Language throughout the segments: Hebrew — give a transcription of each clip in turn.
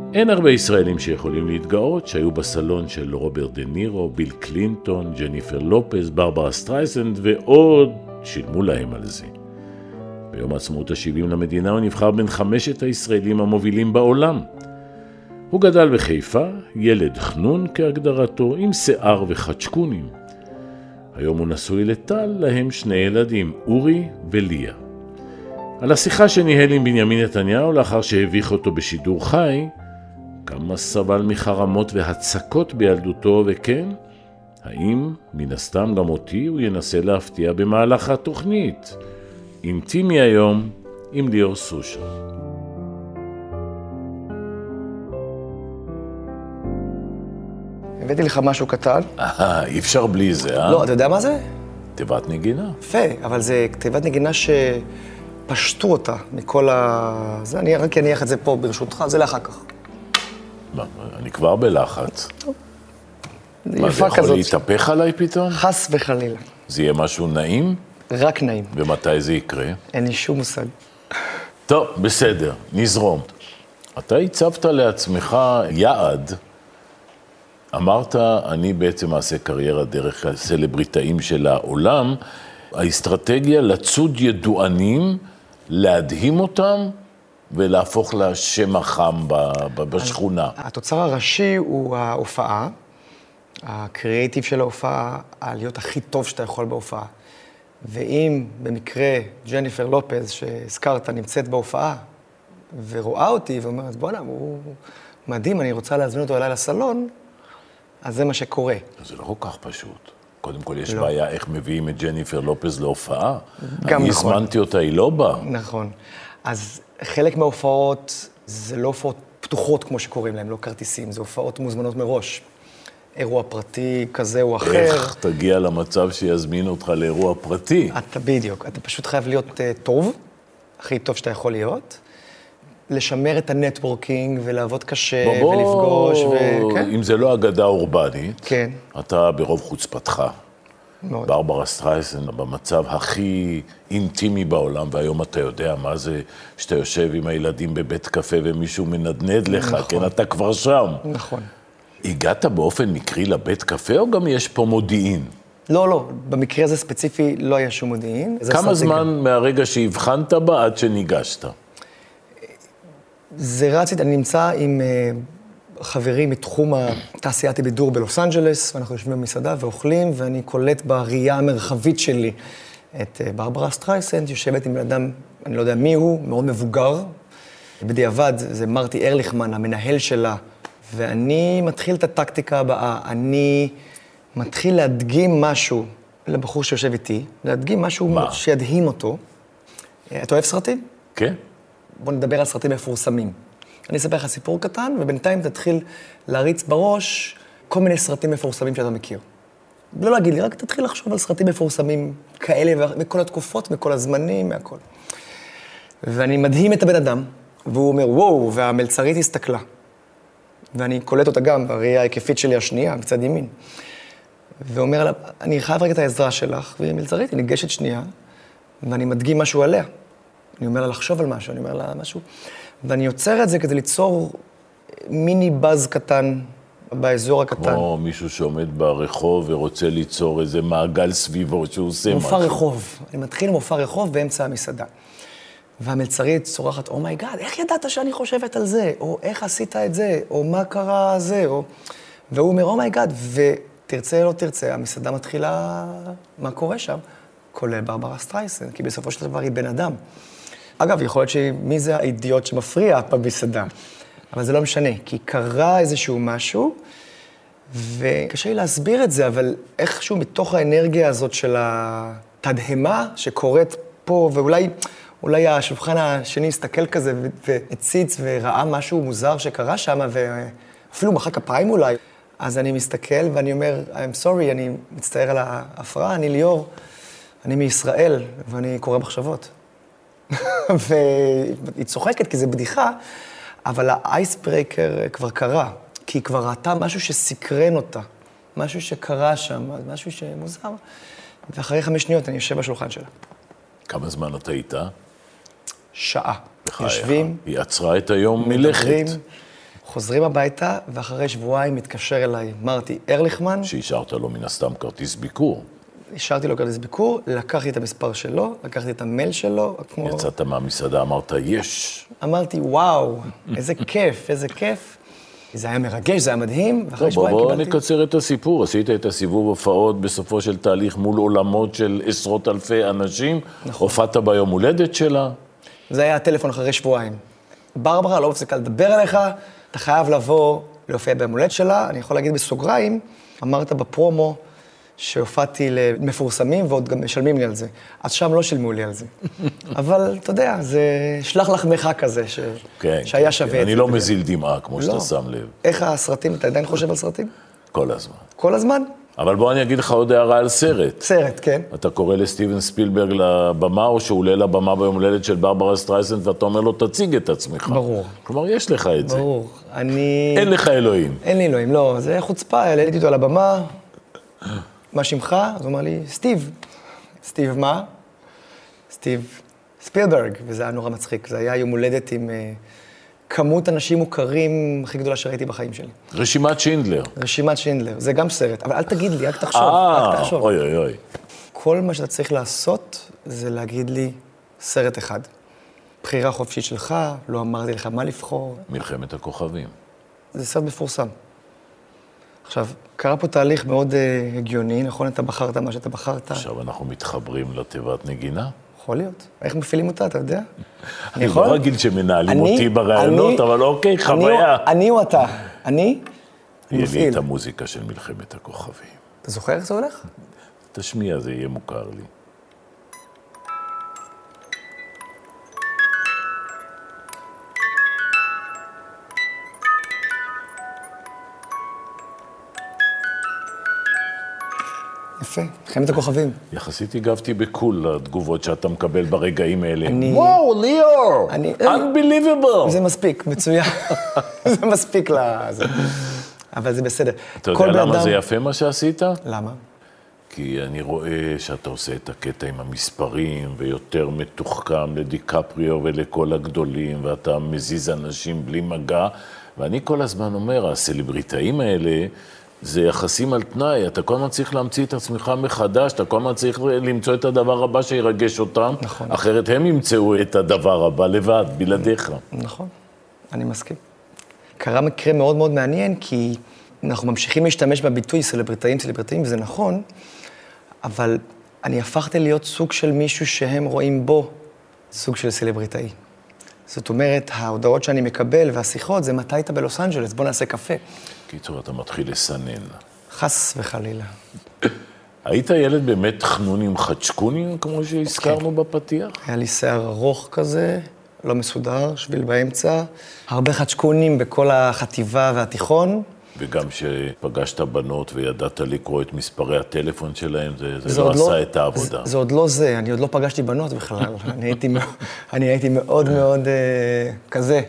אין הרבה ישראלים שיכולים להתגאות שהיו בסלון של רוברט דה נירו, ביל קלינטון, ג'ניפר לופז, ברברה סטרייסנד ועוד שילמו להם על זה. ביום העצמאות ה-70 למדינה הוא נבחר בין 5 הישראלים המובילים בעולם. הוא גדל בחיפה, ילד חנון כהגדרתו, עם שיער וחצ'קונים. היום הוא נשוי לטל, להם 2 ילדים, אורי וליה. על השיחה שניהל עם בנימין נתניהו לאחר שהביך אותו בשידור חי, כמה סבל מחרמות והצקות בילדותו, וכן, האם מן הסתם גם אותי הוא ינסה להפתיע במהלך התוכנית. אינטימי היום עם ליאור סושה. הבאתי לך משהו קטן. אי אפשר בלי זה, אה? לא, אתה יודע מה זה? תיבת נגינה. יפה, אבל זה תיבת נגינה שפשטו אותה מכל זה. אני רק אניח את זה פה ברשותך, זה לאחר כך. אני כבר בלחץ. מה, זה יכול להתהפך עליי פתאום? חס וחלילה. זה יהיה משהו נעים? רק נעים. ומתי זה יקרה? אין לי שום מושג. טוב, בסדר, נזרום. אתה הצבת לעצמך יעד, אמרת, אני בעצם אעשה קריירה דרך הסלבריטאים של העולם, האסטרטגיה לצוד ידוענים, להדהים אותם ולהפוך לשם החם בשכונה. התוצר הראשי הוא ההופעה, הקריאיטיב של ההופעה, להיות הכי טוב שאתה יכול בהופעה. ואם במקרה ג'ניפר לופז שהזכרת נמצאת בהופעה ורואה אותי ואומרת, בוא'נה, הוא מדהים, אני רוצה להזמין אותו אליי לסלון, אז זה מה שקורה. זה לא כל כך פשוט. קודם כל יש בעיה איך מביאים את ג'ניפר לופז להופעה. גם אני נכון. הזמנתי אותה, היא לא באה. נכון. אז חלק מההופעות זה לא הופעות פתוחות כמו שקוראים להם, לא כרטיסים, זה הופעות מוזמנות מראש. אירוע פרטי כזה או אחר. איך תגיע למצב שיזמין אותך לאירוע פרטי? אתה בדיוק, אתה פשוט חייב להיות טוב, הכי טוב שאתה יכול להיות, לשמר את הנטוורקינג ולעבוד קשה ולפגוש. כן? אם זה לא אגדה אורבנית, כן. אתה ברוב חוצפתך. מאוד. ברברה סטרייסנד במצב הכי אינטימי בעולם, והיום אתה יודע מה זה שאתה יושב עם הילדים בבית קפה ומישהו מנדנד לך, נכון. כן, אתה כבר שם. נכון. הגעת באופן מקרי לבית קפה או גם יש פה מודיעין? לא, לא, במקרה הזה ספציפי לא היה שום מודיעין. כמה זמן מהרגע שהבחנת בה עד שניגשת? זה רצית, אני נמצא עם חברים מתחום התעשיית הבידור בלוס אנג'לס, ואנחנו יושבים במסעדה ואוכלים, ואני קולט בראייה המרחבית שלי את ברברה סטרייסנד, יושבת עם אדם, אני לא יודע מי הוא, מאוד מבוגר. בדיעבד זה מרטי ארליכמן, המנהל שלה, ואני מתחיל את הטקטיקה הבאה, אני מתחיל להדגים משהו לבחור שיושב איתי, להדגים משהו שידהים אותו. אתה אוהב סרטים? כן. בוא נדבר על סרטים מפורסמים. אני אספר לך סיפור קטן, ובינתיים תתחיל להריץ בראש כל מיני סרטים מפורסמים שאתה מכיר. לא להגיד לי, רק תתחיל לחשוב על סרטים מפורסמים כאלה, מכל התקופות, מכל הזמנים, מהכל. ואני מדהים את הבן אדם, והוא אומר, וואו, והמלצרית הסתכלה. ואני קולט אותה גם בראייה ההיקפית שלי השנייה, בצד ימין. ואומר לה, אני חייב רגע את העזרה שלך, והיא מלצרית, היא ניגשת שנייה, ואני מדגים משהו עליה. אני אומר לה לחשוב על משהו, אני אומר לה משהו. ואני יוצר את זה כדי ליצור מיני בז קטן באזור הקטן. כמו מישהו שעומד ברחוב ורוצה ליצור איזה מעגל סביבו שהוא עושה משהו. מופע רחוב. אני מתחיל עם מופע רחוב באמצע המסעדה. והמלצרית צורחת, אומייגאד, איך ידעת שאני חושבת על זה? או איך עשית את זה? או מה קרה זה? והוא אומר, אומייגאד, ותרצה או לא תרצה, המסעדה מתחילה, מה קורה שם? כולל ברברה סטרייסנד, כי בסופו של דבר היא בן אדם. אגב, יכול להיות שמי זה האידיוט שמפריע במסעדה, אבל זה לא משנה, כי קרה איזשהו משהו, וקשה לי להסביר את זה, אבל איכשהו מתוך האנרגיה הזאת של התדהמה שקורית פה, ואולי השולחן השני הסתכל כזה והציץ וראה משהו מוזר שקרה שם, ואפילו מחא כפיים אולי. אז אני מסתכל ואני אומר, I'm sorry, אני מצטער על ההפרעה, אני ליאור, אני מישראל, ואני קורא מחשבות. והיא צוחקת כי זה בדיחה, אבל האייסברקר כבר קרה, כי היא כבר ראתה משהו שסקרן אותה, משהו שקרה שם, משהו שמוזר, ואחרי 5 שניות אני יושב בשולחן שלה. כמה זמן אתה איתה? שעה. יושבים. היא עצרה את היום מלכת. חוזרים הביתה, ואחרי שבועיים מתקשר אליי מרטי ארליכמן. שהשארת לו מן הסתם כרטיס ביקור. השארתי לו כרטיס ביקור, לקחתי את המספר שלו, לקחתי את המייל שלו, כמו... יצאת מהמסעדה, אמרת, יש. אמרתי, וואו, איזה כיף, איזה כיף. זה היה מרגש, זה היה מדהים, ואחרי שבועיים קיבלתי... בוא נקצר את הסיפור. עשית את הסיבוב הופעות בסופו של תהליך מול עולמות של עשרות אלפי אנשים. נכון. הופעת ביום הולדת שלה. זה היה הטלפון אחרי שבועיים. ברברה, לא מפסיקה לדבר עליך, אתה חייב לבוא להופיע ביום הולדת שלה. אני יכול להגיד בסוגריים, אמרת בפרומו שהופעתי למפורסמים ועוד גם משלמים לי על זה. אז שם לא שילמו לי על זה. אבל אתה יודע, זה שלח לחמך כזה, שהיה שווה את זה. אני לא מזיל דמעה, כמו שאתה שם לב. איך הסרטים, אתה עדיין חושב על סרטים? כל הזמן. כל הזמן? אבל בוא אני אגיד לך עוד הערה על סרט. סרט, כן. אתה קורא לסטיבן ספילברג לבמה, או שהוא עולה לבמה ביום הולדת של ברברה סטרייסנד, ואתה אומר לו, תציג את עצמך. ברור. כלומר, יש לך את זה. ברור. אין לך אלוהים. אין לי אלוהים, לא. זה חוצפה, העליתי אותו על הבמה. מה שמך? אז הוא אמר לי, סטיב. סטיב מה? סטיב ספילברג, וזה היה נורא מצחיק. זה היה יום הולדת עם כמות אנשים מוכרים הכי גדולה שראיתי בחיים שלי. רשימת שינדלר. רשימת שינדלר, זה גם סרט, אבל אל תגיד לי, רק תחשוב, רק תחשוב. אוי אוי אוי. כל מה שאתה צריך לעשות זה להגיד לי סרט אחד. בחירה חופשית שלך, לא אמרתי לך מה לבחור. מלחמת הכוכבים. זה סרט מפורסם. עכשיו, קרה פה תהליך מאוד הגיוני, נכון? אתה בחרת מה שאתה בחרת. עכשיו אנחנו מתחברים לתיבת נגינה. יכול להיות. איך מפעילים אותה, אתה יודע? אני לא רגיל שמנהלים אותי ברעיונות, אבל אוקיי, חוויה. אני או אתה. אני מפעיל. יהיה לי את המוזיקה של מלחמת הכוכבים. אתה זוכר איך זה הולך? תשמיע, זה יהיה מוכר לי. יפה, מלחמת הכוכבים. יחסית הגבתי בקול לתגובות שאתה מקבל ברגעים האלה. וואו, ליאור! Unbelievable! זה מספיק, מצוין. זה מספיק לזה. אבל זה בסדר. אתה יודע למה זה יפה מה שעשית? למה? כי אני רואה שאתה עושה את הקטע עם המספרים, ויותר מתוחכם לדיקפריו ולכל הגדולים, ואתה מזיז אנשים בלי מגע, ואני כל הזמן אומר, הסלבריטאים האלה, זה יחסים על תנאי, אתה כל הזמן צריך להמציא את עצמך מחדש, אתה כל הזמן צריך למצוא את הדבר הבא שירגש אותם, נכון. אחרת הם ימצאו את הדבר הבא לבד, בלעדיך. נכון, אני מסכים. קרה מקרה מאוד מאוד מעניין, כי אנחנו ממשיכים להשתמש בביטוי סלבריטאים, וזה נכון, אבל אני הפכתי להיות סוג של מישהו שהם רואים בו סוג של סלבריטאי. זאת אומרת, ההודעות שאני מקבל והשיחות זה מתי היית בלוס אנג'לס, בוא נעשה קפה. קיצור, אתה מתחיל לסנן. חס וחלילה. היית ילד באמת חנון עם חדשקונים, כמו שהזכרנו בפתיח? היה לי שיער ארוך כזה, לא מסודר, שביל באמצע. הרבה חדשקונים בכל החטיבה והתיכון. וגם שפגשת בנות וידעת לקרוא את מספרי הטלפון שלהם, זה לא עשה את העבודה. זה עוד לא זה, אני עוד לא פגשתי בנות בכלל. אני הייתי מאוד מאוד כזה.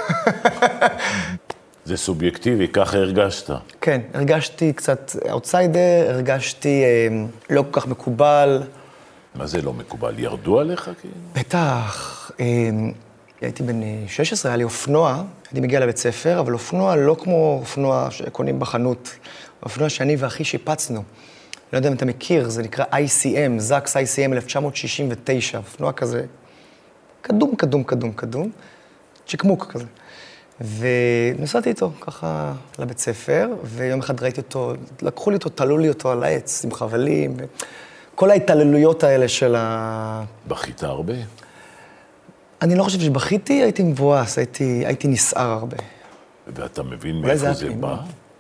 זה סובייקטיבי, ככה הרגשת. כן, הרגשתי קצת אאוטסיידר, הרגשתי לא כל כך מקובל. מה זה לא מקובל? ירדו עליך? בטח. הייתי בן 16, היה לי אופנוע, הייתי מגיע לבית ספר, אבל אופנוע לא כמו אופנוע שקונים בחנות, אופנוע שאני ואחי שיפצנו. לא יודע אם אתה מכיר, זה נקרא ICM, זקס ICM 1969, אופנוע כזה, קדום, צ'יקמוק כזה. ונסעתי איתו ככה לבית ספר, ויום אחד ראיתי אותו, לקחו לי אותו, תלו לי אותו על העץ עם חבלים, כל ההתעללויות האלה של בכית הרבה? אני לא חושב שבכיתי, הייתי מבואס, הייתי נסער הרבה. ואתה מבין מאיפה זה בא?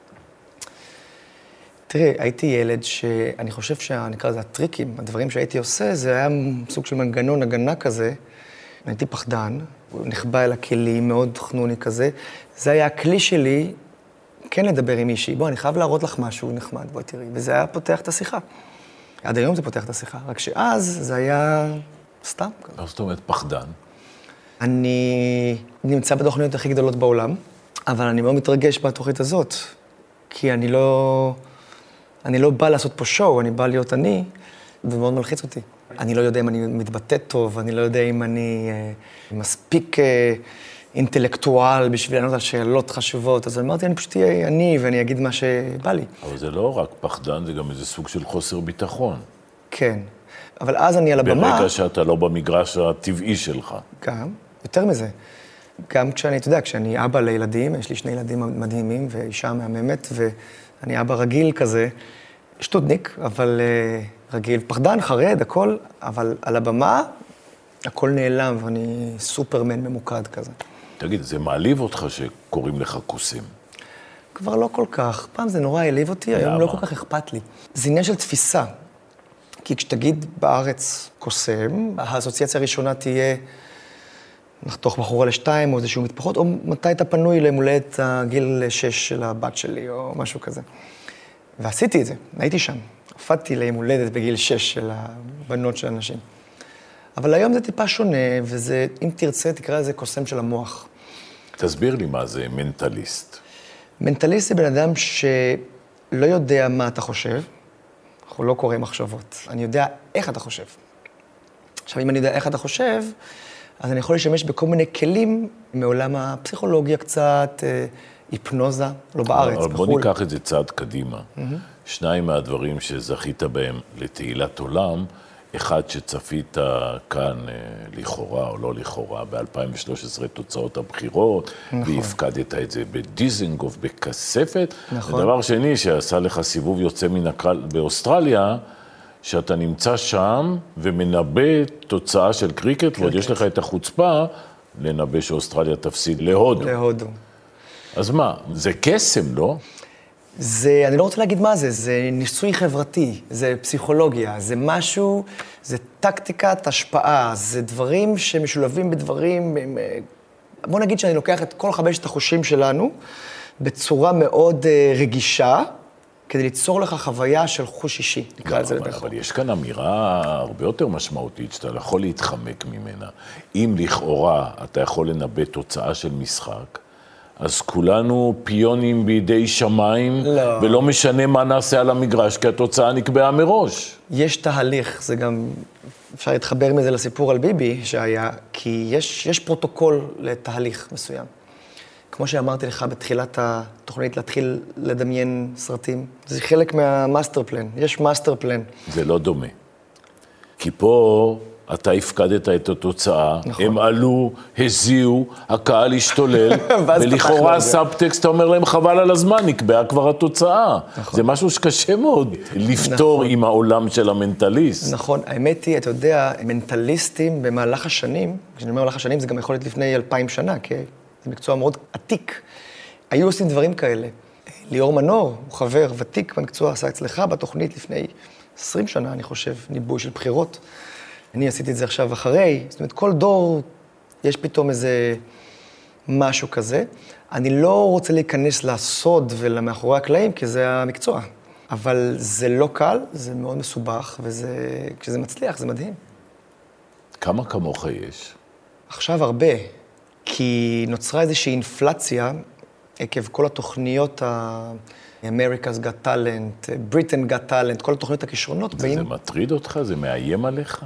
תראה, הייתי ילד שאני חושב שנקרא לזה הטריקים, הדברים שהייתי עושה, זה היה סוג של מנגנון הגנה כזה. הייתי פחדן, נחבא אל הכלים, מאוד חנוני כזה. זה היה הכלי שלי, כן לדבר עם מישהי. בוא, אני חייב להראות לך משהו נחמד, בואי תראי. וזה היה פותח את השיחה. עד היום זה פותח את השיחה, רק שאז זה היה סתם כזה. מה זאת אומרת פחדן? אני נמצא בתוכניות הכי גדולות בעולם, אבל אני מאוד מתרגש בתוכנית הזאת, כי אני לא בא לעשות פה שואו, אני בא להיות אני, ומאוד מלחיץ אותי. אני לא יודע אם אני מתבטא טוב, אני לא יודע אם אני מספיק אינטלקטואל בשביל לענות על שאלות חשובות, אז אמרתי, אני פשוט אהיה אני ואני אגיד מה שבא לי. אבל זה לא רק פחדן, זה גם איזה סוג של חוסר ביטחון. כן, אבל אז אני על הבמה... ברגע שאתה לא במגרש הטבעי שלך. גם, יותר מזה. גם כשאני, אתה יודע, כשאני אבא לילדים, יש לי 2 ילדים מדהימים ואישה מהממת, ואני אבא רגיל כזה, שטודניק, אבל רגיל, פחדן, חרד, הכל, אבל על הבמה הכל נעלם ואני סופרמן ממוקד כזה. תגיד, זה מעליב אותך שקוראים לך קוסם? כבר לא כל כך. פעם זה נורא העליב אותי, היום לא כל כך אכפת לי. זה עניין של תפיסה. כי כשתגיד בארץ קוסם, האסוציאציה הראשונה תהיה לחתוך בחורה ל2 או איזשהו מטפחות, או מתי אתה פנוי למולדת הגיל 6 של הבת שלי או משהו כזה. ועשיתי את זה, הייתי שם. הופעתי לימולדת בגיל 6 של הבנות של אנשים. אבל היום זה טיפה שונה, וזה, אם תרצה, תקרא לזה קוסם של המוח. תסביר לי מה זה מנטליסט. מנטליסט זה בן אדם שלא יודע מה אתה חושב, אנחנו לא קוראים מחשבות. אני יודע איך אתה חושב. עכשיו, אם אני יודע איך אתה חושב, אז אני יכול לשמש בכל מיני כלים מעולם הפסיכולוגיה קצת, היפנוזה, לא בארץ, בחו"ל. בוא ניקח את זה צעד קדימה. 2 מהדברים שזכית בהם לתהילת עולם, אחד שצפית כאן לכאורה או לא לכאורה, ב-2013 תוצאות הבחירות, נכון. והפקדת את זה בדיזנגוף, בכספת. נכון. ודבר שני שעשה לך סיבוב יוצא מן הכלל באוסטרליה, שאתה נמצא שם ומנבא תוצאה של קריקט, ועוד יש לך את החוצפה לנבא שאוסטרליה תפסיד להודו. להודו. אז מה, זה קסם, לא? זה, אני לא רוצה להגיד מה זה, זה ניסוי חברתי, זה פסיכולוגיה, זה משהו, זה טקטיקת השפעה, זה דברים שמשולבים בדברים, בוא נגיד שאני לוקח את כל 5 החושים שלנו, בצורה מאוד רגישה, כדי ליצור לך חוויה של חוש אישי, נקרא לזה לדרך. אבל יש כאן אמירה הרבה יותר משמעותית, שאתה יכול להתחמק ממנה. אם לכאורה אתה יכול לנבא תוצאה של משחק, אז כולנו פיונים בידי שמיים, לא. ולא משנה מה נעשה על המגרש, כי התוצאה נקבעה מראש. יש תהליך, זה גם, אפשר להתחבר מזה לסיפור על ביבי שהיה, כי יש פרוטוקול לתהליך מסוים. כמו שאמרתי לך בתחילת התוכנית, להתחיל לדמיין סרטים, זה חלק מהמאסטר פלן, יש מאסטר פלן. זה לא דומה. כי פה אתה הפקדת את התוצאה, נכון. הם עלו, הזיעו, הקהל השתולל, ולכאורה הסאבטקסט, אתה אומר להם חבל על הזמן, נקבעה כבר התוצאה. נכון. זה משהו שקשה מאוד לפתור נכון. עם העולם של המנטליסט. נכון, האמת היא, אתה יודע, מנטליסטים במהלך השנים, כשאני אומר מהלך השנים, זה גם יכול להיות לפני 2000 שנה, כי זה מקצוע מאוד עתיק. היו עושים דברים כאלה. ליאור מנור, הוא חבר ותיק במקצוע, עשה אצלך בתוכנית לפני 20 שנה, אני חושב, ניבוי של בחירות. אני עשיתי את זה עכשיו אחרי, זאת אומרת, כל דור יש פתאום איזה משהו כזה. אני לא רוצה להיכנס לסוד ולמאחורי הקלעים, כי זה המקצוע. אבל זה לא קל, זה מאוד מסובך, וכשזה מצליח, זה מדהים. כמה כמוך יש? עכשיו הרבה, כי נוצרה איזושהי אינפלציה עקב כל התוכניות America's Got Talent, Britain Got Talent, כל התוכניות הכישרונות. זה מטריד אותך? זה מאיים עליך?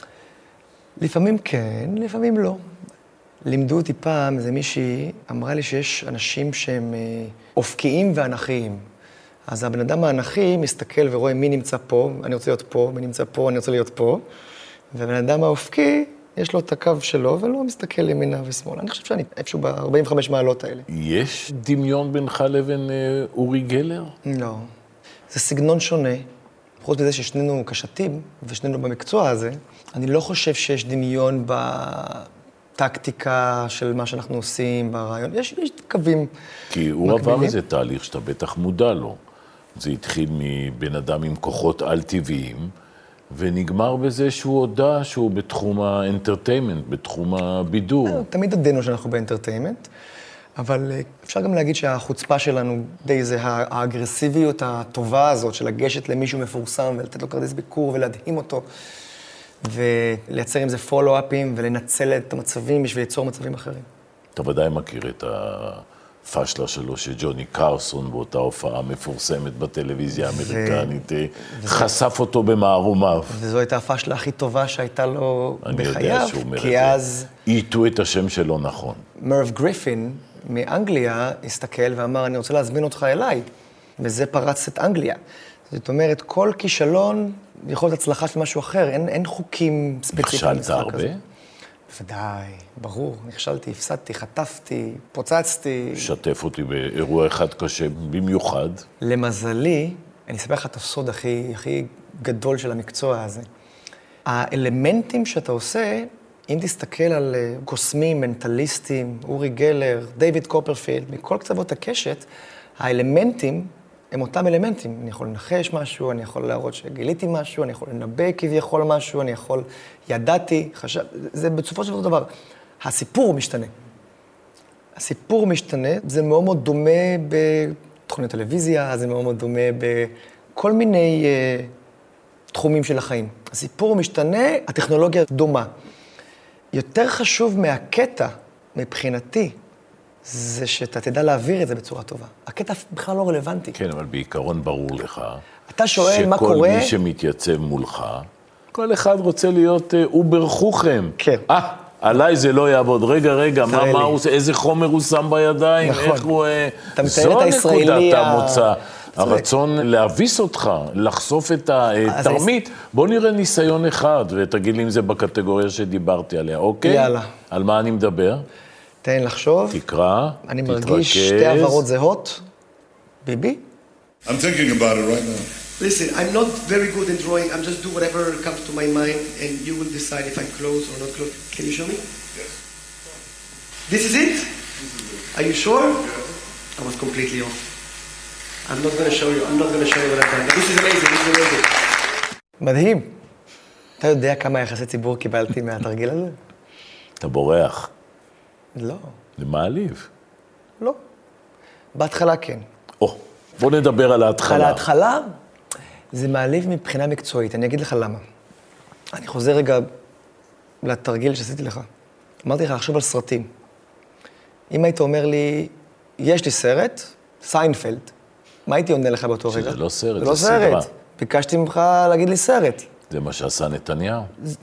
לפעמים כן, לפעמים לא. לימדו אותי פעם, איזה מישהי אמרה לי שיש אנשים שהם אופקיים ואנכיים. אז הבן אדם האנכי מסתכל ורואה מי נמצא פה, אני רוצה להיות פה, מי נמצא פה, אני רוצה להיות פה. והבן אדם האופקי, יש לו את הקו שלו, ולא מסתכל ימינה ושמאלה. אני חושב שאני איפשהו ב-45 מעלות האלה. יש דמיון בינך לבין אורי גלר? לא. זה סגנון שונה. חוץ מזה ששנינו קשתים, ושנינו במקצוע הזה, אני לא חושב שיש דמיון בטקטיקה של מה שאנחנו עושים, ברעיון. יש קווים. כי הוא עבר איזה תהליך שאתה בטח מודע לו. זה התחיל מבן אדם עם כוחות על-טבעיים, ונגמר בזה שהוא הודע שהוא בתחום האנטרטיימנט, בתחום הבידור. תמיד עדינו שאנחנו באנטרטיימנט, אבל אפשר גם להגיד שהחוצפה שלנו די זה האגרסיביות הטובה הזאת של לגשת למישהו מפורסם ולתת לו כרטיס ביקור ולהדהים אותו, ולייצר עם זה פולו-אפים ולנצל את המצבים בשביל ליצור מצבים אחרים. אתה ודאי מכיר את הפשלה שלו שג'וני קרסון באותה הופעה מפורסמת בטלוויזיה האמריקנית, חשף אותו במערומיו. וזו הייתה הפשלה הכי טובה שהייתה לו בחייו, אני יודע שהוא אומר את זה. כי אז עיתו את השם שלו נכון. מרב גריפין מאנגליה הסתכל ואמר, אני רוצה להזמין אותך אליי, וזה פרץ את אנגליה. זאת אומרת, כל כישלון יכול להיות הצלחה של משהו אחר, אין חוקים ספציפיים נכשלת הרבה? בוודאי, ברור, נכשלתי, הפסדתי, חטפתי, פוצצתי. שתף אותי באירוע אחד קשה במיוחד. למזלי, אני אספר לך את הסוד הכי גדול של המקצוע הזה. האלמנטים שאתה עושה, אם תסתכל על קוסמים, מנטליסטים, אורי גלר, דיוויד קופרפילד, מכל קצוות הקשת, האלמנטים הם אותם אלמנטים. אני יכול לנחש משהו, אני יכול להראות שגיליתי משהו, אני יכול לנבא כביכול משהו, אני יכול, ידעתי, זה בסופו של דבר. הסיפור משתנה. הסיפור משתנה, זה מאוד מאוד דומה בתוכנית טלוויזיה, זה מאוד מאוד דומה בכל מיני תחומים של החיים. הסיפור משתנה, הטכנולוגיה דומה. יותר חשוב מהקטע, מבחינתי, זה שאתה תדע להעביר את זה בצורה טובה. הקטע בכלל לא רלוונטי. כן, אבל בעיקרון ברור לך. אתה שואל מה קורה... שכל מי שמתייצב מולך, כל אחד רוצה להיות אובר חוכם. כן. עליי זה לא יעבוד. רגע, מה הוא עושה? איזה חומר הוא שם בידיים? נכון. איך הוא... אתה מתאר את הישראלי... זו נקודת המוצא. הרצון להביס אותך, לחשוף את התרמית. בוא נראה ניסיון אחד, ותגיד לי אם זה בקטגוריה שדיברתי עליה, אוקיי? יאללה. על מה אני מדבר? תן לחשוב. תקרא, אני מרגיש שתי עברות זהות. ביבי? I'm thinking about it right now. Listen, I'm not very good in drawing. I'm just do whatever comes to my mind, and you will decide if I'm close or not close. Can you show me? Yes. This is it? Are you sure? I was completely off. I'm not going to show you. I'm not going to show you what I've done. This is amazing. This is amazing. מדהים. אתה יודע כמה יחסי ציבור קיבלתי מהתרגיל הזה? אתה בורח. לא. זה מעליב. לא. בהתחלה כן. בוא נדבר על ההתחלה. על ההתחלה זה מעליב מבחינה מקצועית. אני אגיד לך למה. אני חוזר רגע לתרגיל שעשיתי לך. אמרתי לך לחשוב על סרטים. אם היית אומר לי, יש לי סרט, סיינפלד, מה הייתי עונה לך באותו רגע? שזה לא סרט, זה לא סדרה. סרט. ביקשתי ממך להגיד לי סרט. זה מה שעשה נתניהו.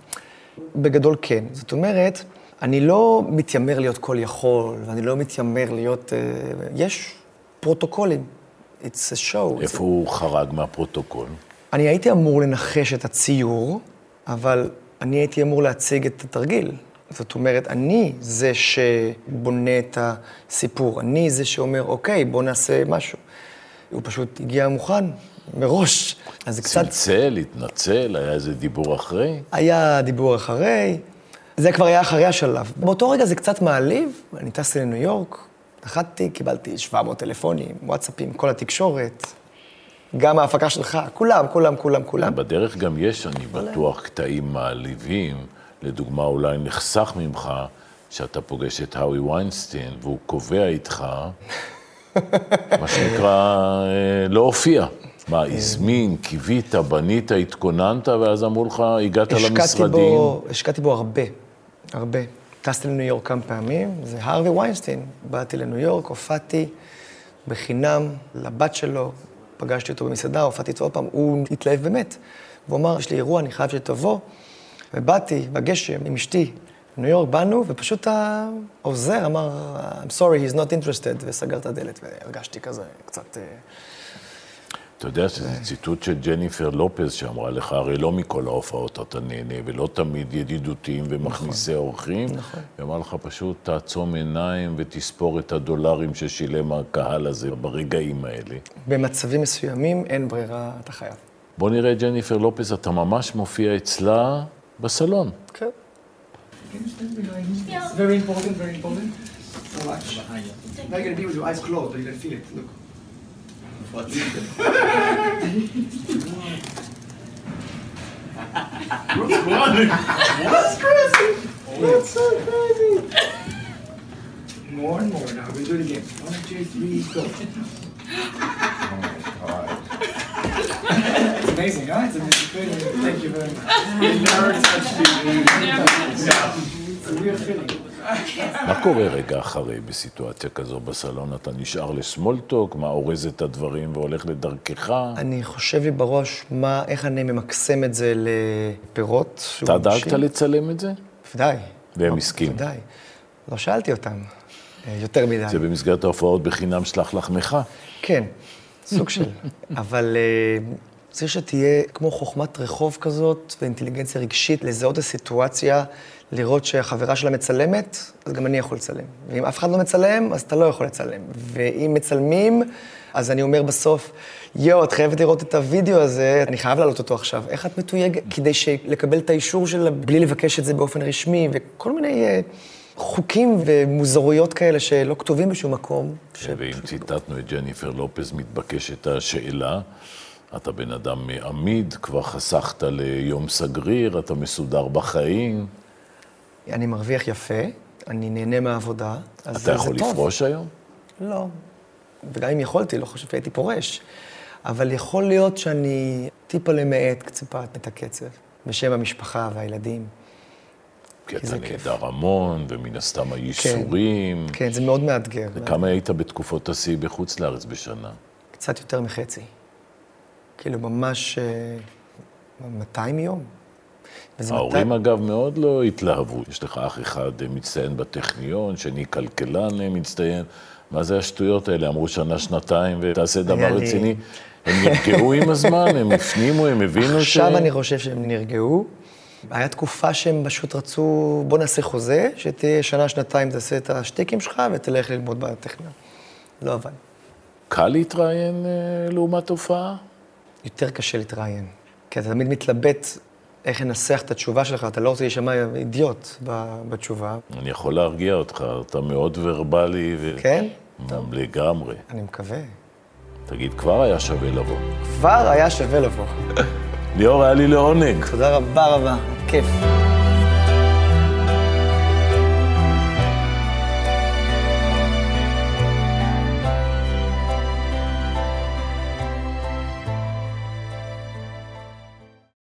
בגדול כן. זאת אומרת, אני לא מתיימר להיות כל יכול, ואני לא מתיימר להיות... יש פרוטוקולים. It's a show. איפה הוא חרג מהפרוטוקול? אני הייתי אמור לנחש את הציור, אבל אני הייתי אמור להציג את התרגיל. זאת אומרת, אני זה שבונה את הסיפור, אני זה שאומר, אוקיי, בוא נעשה משהו. הוא פשוט הגיע מוכן, מראש. אז זה קצת... צלצל, התנצל, היה איזה דיבור אחרי? היה דיבור אחרי, זה כבר היה אחרי השלב. באותו רגע זה קצת מעליב, אני טסתי לניו יורק, נחתתי, קיבלתי 700 טלפונים, וואטסאפים, כל התקשורת, גם ההפקה שלך, כולם. בדרך גם יש, אני בטוח, קטעים מעליבים, לדוגמה אולי נחסך ממך, שאתה פוגש את האווי ויינסטיין, והוא קובע איתך, מה שנקרא, לא הופיע. מה, הזמין, קיווית, בנית, התכוננת, ואז אמרו לך, הגעת למשרדים? השקעתי בו הרבה. טסתי לניו יורק כמה פעמים, זה הארווי ויינסטיין. באתי לניו יורק, הופעתי בחינם לבת שלו, פגשתי אותו במסעדה, הופעתי איתו עוד פעם, הוא התלהב באמת. והוא אמר, יש לי אירוע, אני חייב שתבוא. ובאתי בגשם עם אשתי, בניו יורק באנו, ופשוט העוזר אמר, I'm sorry, he's not interested, וסגר את הדלת, והרגשתי כזה קצת... אתה יודע שזה ציטוט של ג'ניפר לופז שאמרה לך, הרי לא מכל ההופעות אתה נהנה, ולא תמיד ידידותיים ומכניסי אורחים. נכון. ואמר לך פשוט, תעצום עיניים ותספור את הדולרים ששילם הקהל הזה ברגעים האלה. במצבים מסוימים אין ברירה, אתה חייב. בוא נראה, ג'ניפר לופז, אתה ממש מופיע אצלה בסלון. כן. It's very important, very important. So much. Now you're gonna be with your eyes closed, but you're gonna feel it. Look. What's crazy? That's so crazy. More and more now. We'll do it again. 1, 2, 3, go. Oh my God. It's amazing, huh? It's amazing. Thank you very much. We've never touched you. It's a real feeling. מה קורה רגע אחרי בסיטואציה כזו בסלון? אתה נשאר לסמולטוק, מה אורז את הדברים והולך לדרכך? אני חושב לי בראש איך אני ממקסם את זה לפירות. אתה דאגת לצלם את זה? בוודאי. והם הסכימו. ודאי. לא שאלתי אותם יותר מדי. זה במסגרת ההופעות בחינם שלח לחמך? כן, סוג של. אבל צריך שתהיה כמו חוכמת רחוב כזאת, ואינטליגנציה רגשית, לזהות הסיטואציה, לראות שהחברה שלה מצלמת, אז גם אני יכול לצלם. ואם אף אחד לא מצלם, אז אתה לא יכול לצלם. ואם מצלמים, אז אני אומר בסוף, את חייבת לראות את הוידאו הזה, אני חייב להעלות אותו עכשיו. איך את מתויגת? כדי לקבל את האישור שלה, בלי לבקש את זה באופן רשמי, וכל מיני חוקים ומוזרויות כאלה שלא כתובים בשום מקום. ואם ציטטנו את ג'ניפר לופז, מתבקשת השאלה, אתה בן אדם עמיד, כבר חסכת ליום סגריר, אתה מסודר בחיים. אני מרוויח יפה, אני נהנה מהעבודה, אז זה אתה טוב. יכול לפרוש היום? לא. וגם אם יכולתי, לא חושב שהייתי פורש. אבל יכול להיות שאני טיפה למעט קצת את הקצב, בשם המשפחה והילדים. כי אתה נהדר המון, ומן הסתם הייסורים. כן, זה מאוד מאתגר. וכמה היית בתקופות השיא בחוץ לארץ בשנה? קצת יותר מחצי. כאילו ממש 200 יום. ההורים אגב מאוד לא התלהבו. יש לך אח אחד מצטיין בטכניון, שני כלכלן מצטיין. מה זה השטויות האלה? אמרו שנה, שנתיים, ותעשה דבר רציני. הם נרגעו עם הזמן, הם הפנימו, הם הבינו עכשיו אני חושב שהם נרגעו. היה תקופה שהם פשוט רצו, בוא נעשה חוזה, שתהיה שנה, שנתיים, תעשה את השטיקים שלך ותלך ללמוד בטכניון. לא עבד. קל להתראיין לעומת הופעה? יותר קשה להתראיין. כי אתה תמיד מתלבט איך לנסח את התשובה שלך, אתה לא רוצה להישמע אידיוט בתשובה. אני יכול להרגיע אותך, אתה מאוד ורבלי כן? לגמרי. אני מקווה. תגיד, כבר היה שווה לבוא. כבר היה שווה לבוא. ליאור, היה לי לעונג. תודה רבה רבה, כיף.